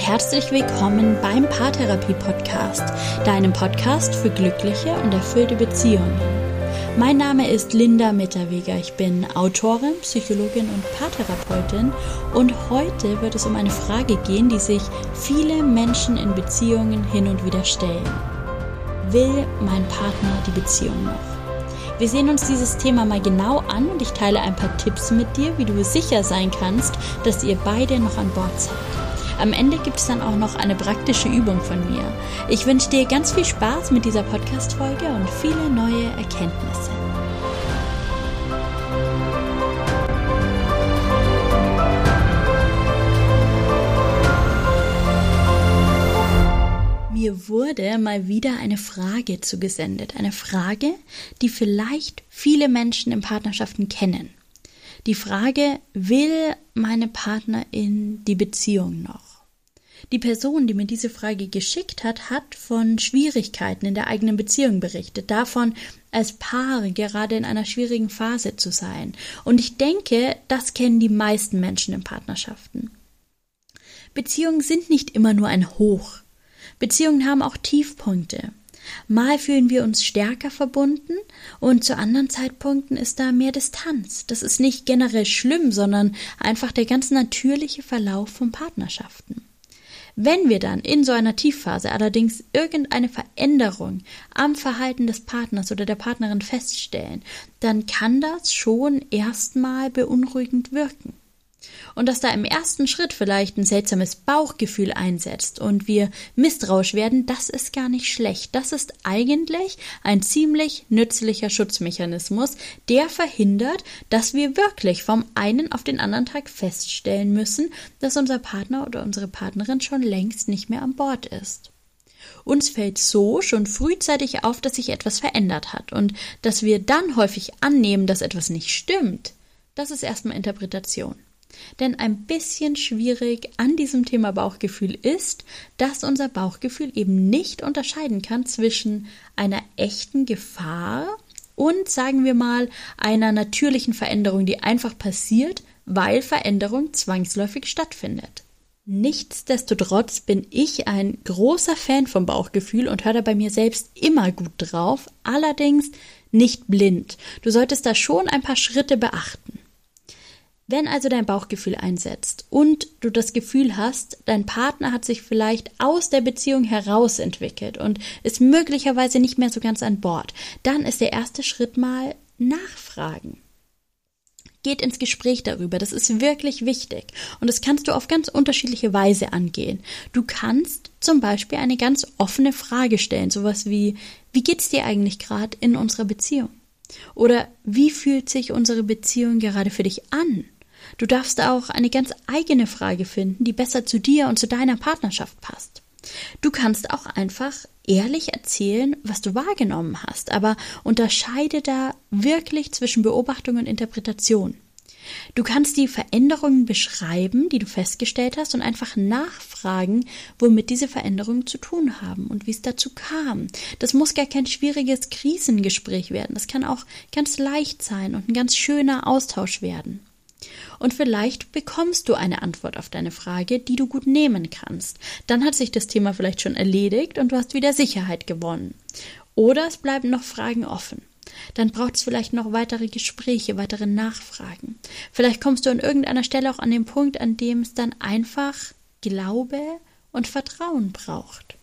herzlich willkommen beim Paartherapie-Podcast, deinem Podcast für glückliche und erfüllte Beziehungen. Mein Name ist Linda Mitterweger, ich bin Autorin, Psychologin und Paartherapeutin und heute wird es um eine Frage gehen, die sich viele Menschen in Beziehungen hin und wieder stellen. Will mein Partner die Beziehung noch? Wir sehen uns dieses Thema mal genau an und ich teile ein paar Tipps mit dir, wie du sicher sein kannst, dass ihr beide noch an Bord seid. Am Ende gibt es dann auch noch eine praktische Übung von mir. Ich wünsche dir ganz viel Spaß mit dieser Podcast-Folge und viele neue Erkenntnisse. Mir wurde mal wieder eine Frage zugesendet. Eine Frage, die vielleicht viele Menschen in Partnerschaften kennen. Die Frage, will meine Partnerin die Beziehung noch? Die Person, die mir diese Frage geschickt hat, hat von Schwierigkeiten in der eigenen Beziehung berichtet, davon, als Paar gerade in einer schwierigen Phase zu sein. Und ich denke, das kennen die meisten Menschen in Partnerschaften. Beziehungen sind nicht immer nur ein Hoch. Beziehungen haben auch Tiefpunkte. Mal fühlen wir uns stärker verbunden und zu anderen Zeitpunkten ist da mehr Distanz. Das ist nicht generell schlimm, sondern einfach der ganz natürliche Verlauf von Partnerschaften. Wenn wir dann in so einer Tiefphase allerdings irgendeine Veränderung am Verhalten des Partners oder der Partnerin feststellen, dann kann das schon erstmal beunruhigend wirken. Und dass da im ersten Schritt vielleicht ein seltsames Bauchgefühl einsetzt und wir misstrauisch werden, das ist gar nicht schlecht. Das ist eigentlich ein ziemlich nützlicher Schutzmechanismus, der verhindert, dass wir wirklich vom einen auf den anderen Tag feststellen müssen, dass unser Partner oder unsere Partnerin schon längst nicht mehr an Bord ist. Uns fällt so schon frühzeitig auf, dass sich etwas verändert hat und dass wir dann häufig annehmen, dass etwas nicht stimmt. Das ist erstmal Interpretation. Denn ein bisschen schwierig an diesem Thema Bauchgefühl ist, dass unser Bauchgefühl eben nicht unterscheiden kann zwischen einer echten Gefahr und, sagen wir mal, einer natürlichen Veränderung, die einfach passiert, weil Veränderung zwangsläufig stattfindet. Nichtsdestotrotz bin ich ein großer Fan vom Bauchgefühl und höre da bei mir selbst immer gut drauf, allerdings nicht blind. Du solltest da schon ein paar Schritte beachten. Wenn also dein Bauchgefühl einsetzt und du das Gefühl hast, dein Partner hat sich vielleicht aus der Beziehung heraus entwickelt und ist möglicherweise nicht mehr so ganz an Bord, dann ist der erste Schritt mal nachfragen. Geht ins Gespräch darüber, das ist wirklich wichtig und das kannst du auf ganz unterschiedliche Weise angehen. Du kannst zum Beispiel eine ganz offene Frage stellen, sowas wie geht's dir eigentlich gerade in unserer Beziehung? Oder wie fühlt sich unsere Beziehung gerade für dich an? Du darfst auch eine ganz eigene Frage finden, die besser zu dir und zu deiner Partnerschaft passt. Du kannst auch einfach ehrlich erzählen, was du wahrgenommen hast, aber unterscheide da wirklich zwischen Beobachtung und Interpretation. Du kannst die Veränderungen beschreiben, die du festgestellt hast und einfach nachfragen, womit diese Veränderungen zu tun haben und wie es dazu kam. Das muss gar kein schwieriges Krisengespräch werden. Das kann auch ganz leicht sein und ein ganz schöner Austausch werden. Und vielleicht bekommst du eine Antwort auf deine Frage, die du gut nehmen kannst. Dann hat sich das Thema vielleicht schon erledigt und du hast wieder Sicherheit gewonnen. Oder es bleiben noch Fragen offen. Dann braucht es vielleicht noch weitere Gespräche, weitere Nachfragen. Vielleicht kommst du an irgendeiner Stelle auch an den Punkt, an dem es dann einfach Glaube und Vertrauen braucht.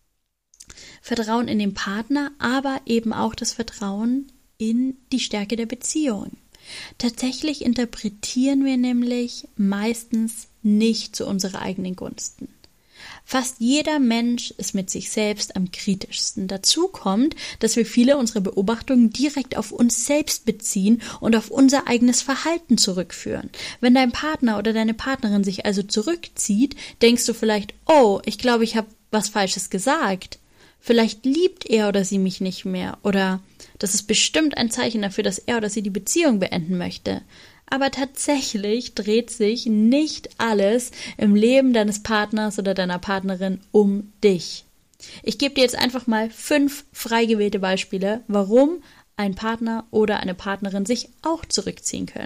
Vertrauen in den Partner, aber eben auch das Vertrauen in die Stärke der Beziehung. Tatsächlich interpretieren wir nämlich meistens nicht zu unserer eigenen Gunsten. Fast jeder Mensch ist mit sich selbst am kritischsten. Dazu kommt, dass wir viele unserer Beobachtungen direkt auf uns selbst beziehen und auf unser eigenes Verhalten zurückführen. Wenn dein Partner oder deine Partnerin sich also zurückzieht, denkst du vielleicht, oh, ich glaube, ich habe was Falsches gesagt. Vielleicht liebt er oder sie mich nicht mehr oder das ist bestimmt ein Zeichen dafür, dass er oder sie die Beziehung beenden möchte. Aber tatsächlich dreht sich nicht alles im Leben deines Partners oder deiner Partnerin um dich. Ich gebe dir jetzt einfach mal 5 frei gewählte Beispiele, warum ein Partner oder eine Partnerin sich auch zurückziehen können.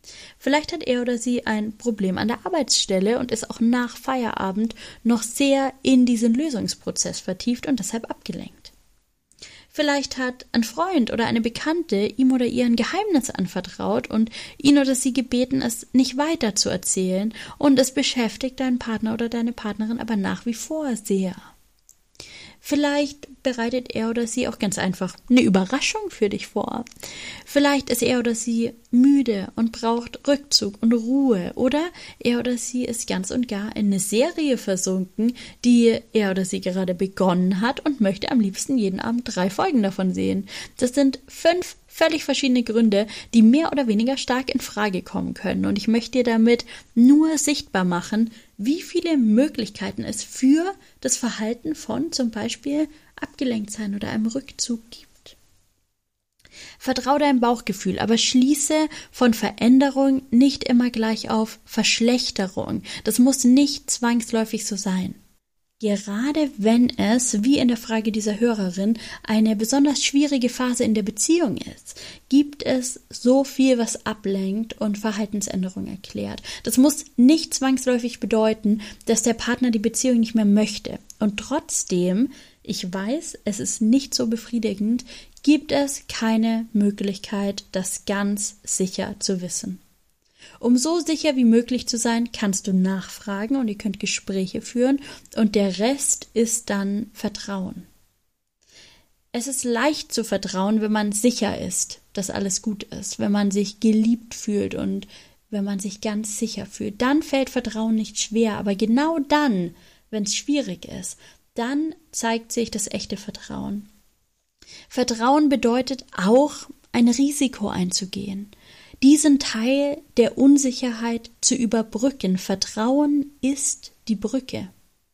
Vielleicht hat er oder sie ein Problem an der Arbeitsstelle und ist auch nach Feierabend noch sehr in diesen Lösungsprozess vertieft und deshalb abgelenkt. Vielleicht hat ein Freund oder eine Bekannte ihm oder ihr ein Geheimnis anvertraut und ihn oder sie gebeten, es nicht weiter zu erzählen, und es beschäftigt deinen Partner oder deine Partnerin aber nach wie vor sehr. Vielleicht bereitet er oder sie auch ganz einfach eine Überraschung für dich vor. Vielleicht ist er oder sie müde und braucht Rückzug und Ruhe. Oder er oder sie ist ganz und gar in eine Serie versunken, die er oder sie gerade begonnen hat und möchte am liebsten jeden Abend 3 Folgen davon sehen. Das sind 5 völlig verschiedene Gründe, die mehr oder weniger stark in Frage kommen können. Und ich möchte dir damit nur sichtbar machen, wie viele Möglichkeiten es für das Verhalten von zum Beispiel Abgelenktsein oder einem Rückzug gibt. Vertraue deinem Bauchgefühl, aber schließe von Veränderung nicht immer gleich auf Verschlechterung. Das muss nicht zwangsläufig so sein. Gerade wenn es, wie in der Frage dieser Hörerin, eine besonders schwierige Phase in der Beziehung ist, gibt es so viel, was ablenkt und Verhaltensänderung erklärt. Das muss nicht zwangsläufig bedeuten, dass der Partner die Beziehung nicht mehr möchte. Und trotzdem, ich weiß, es ist nicht so befriedigend, gibt es keine Möglichkeit, das ganz sicher zu wissen. Um so sicher wie möglich zu sein, kannst du nachfragen und ihr könnt Gespräche führen und der Rest ist dann Vertrauen. Es ist leicht zu vertrauen, wenn man sicher ist, dass alles gut ist, wenn man sich geliebt fühlt und wenn man sich ganz sicher fühlt. Dann fällt Vertrauen nicht schwer, aber genau dann, wenn es schwierig ist, dann zeigt sich das echte Vertrauen. Vertrauen bedeutet auch, ein Risiko einzugehen. Diesen Teil der Unsicherheit zu überbrücken. Vertrauen ist die Brücke.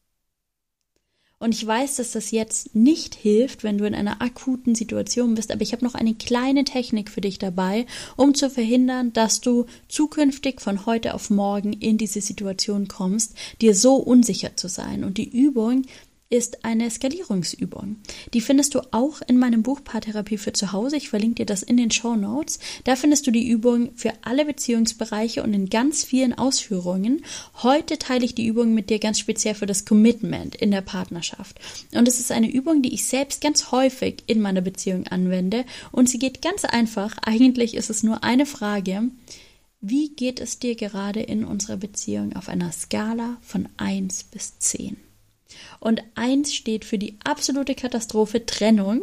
Und ich weiß, dass das jetzt nicht hilft, wenn du in einer akuten Situation bist, aber ich habe noch eine kleine Technik für dich dabei, um zu verhindern, dass du zukünftig von heute auf morgen in diese Situation kommst, dir so unsicher zu sein. Und die Übung ist eine Skalierungsübung. Die findest du auch in meinem Buch Paartherapie für zu Hause. Ich verlinke dir das in den Shownotes. Da findest du die Übung für alle Beziehungsbereiche und in ganz vielen Ausführungen. Heute teile ich die Übung mit dir ganz speziell für das Commitment in der Partnerschaft. Und es ist eine Übung, die ich selbst ganz häufig in meiner Beziehung anwende. Und sie geht ganz einfach. Eigentlich ist es nur eine Frage. Wie geht es dir gerade in unserer Beziehung auf einer Skala von 1 bis 10? Und 1 steht für die absolute Katastrophe, Trennung.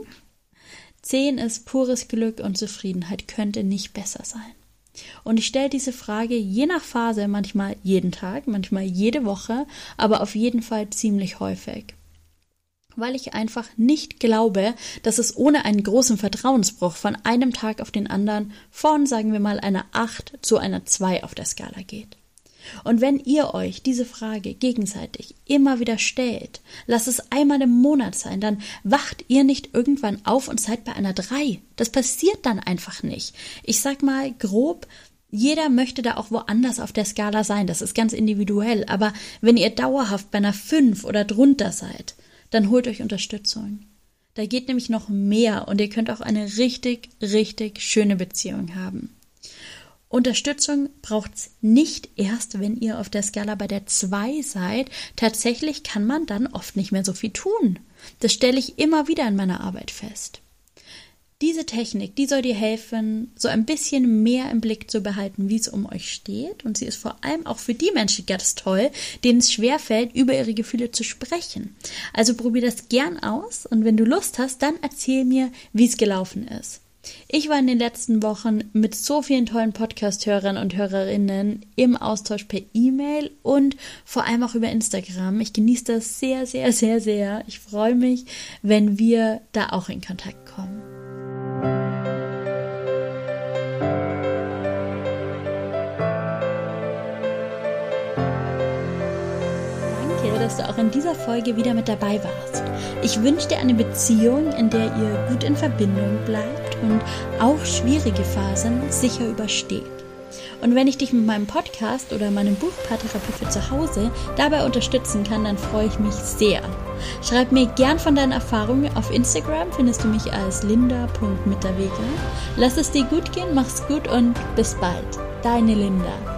10 ist pures Glück und Zufriedenheit, könnte nicht besser sein. Und ich stelle diese Frage je nach Phase, manchmal jeden Tag, manchmal jede Woche, aber auf jeden Fall ziemlich häufig. Weil ich einfach nicht glaube, dass es ohne einen großen Vertrauensbruch von einem Tag auf den anderen von, sagen wir mal, einer 8 zu einer 2 auf der Skala geht. Und wenn ihr euch diese Frage gegenseitig immer wieder stellt, lasst es einmal im Monat sein, dann wacht ihr nicht irgendwann auf und seid bei einer 3. Das passiert dann einfach nicht. Ich sag mal grob, jeder möchte da auch woanders auf der Skala sein, das ist ganz individuell, aber wenn ihr dauerhaft bei einer 5 oder drunter seid, dann holt euch Unterstützung. Da geht nämlich noch mehr und ihr könnt auch eine richtig, richtig schöne Beziehung haben. Unterstützung braucht's nicht erst, wenn ihr auf der Skala bei der 2 seid. Tatsächlich kann man dann oft nicht mehr so viel tun. Das stelle ich immer wieder in meiner Arbeit fest. Diese Technik, die soll dir helfen, so ein bisschen mehr im Blick zu behalten, wie es um euch steht. Und sie ist vor allem auch für die Menschen ganz toll, denen es schwerfällt, über ihre Gefühle zu sprechen. Also probier das gern aus und wenn du Lust hast, dann erzähl mir, wie es gelaufen ist. Ich war in den letzten Wochen mit so vielen tollen Podcast-Hörern und Hörerinnen im Austausch per E-Mail und vor allem auch über Instagram. Ich genieße das sehr, sehr, sehr, sehr. Ich freue mich, wenn wir da auch in Kontakt kommen. Dass du auch in dieser Folge wieder mit dabei warst. Ich wünsche dir eine Beziehung, in der ihr gut in Verbindung bleibt und auch schwierige Phasen sicher übersteht. Und wenn ich dich mit meinem Podcast oder meinem Buch Paartherapie für zu Hause dabei unterstützen kann, dann freue ich mich sehr. Schreib mir gern von deinen Erfahrungen. Auf Instagram findest du mich als linda.mitterweger. Lass es dir gut gehen, mach's gut und bis bald. Deine Linda.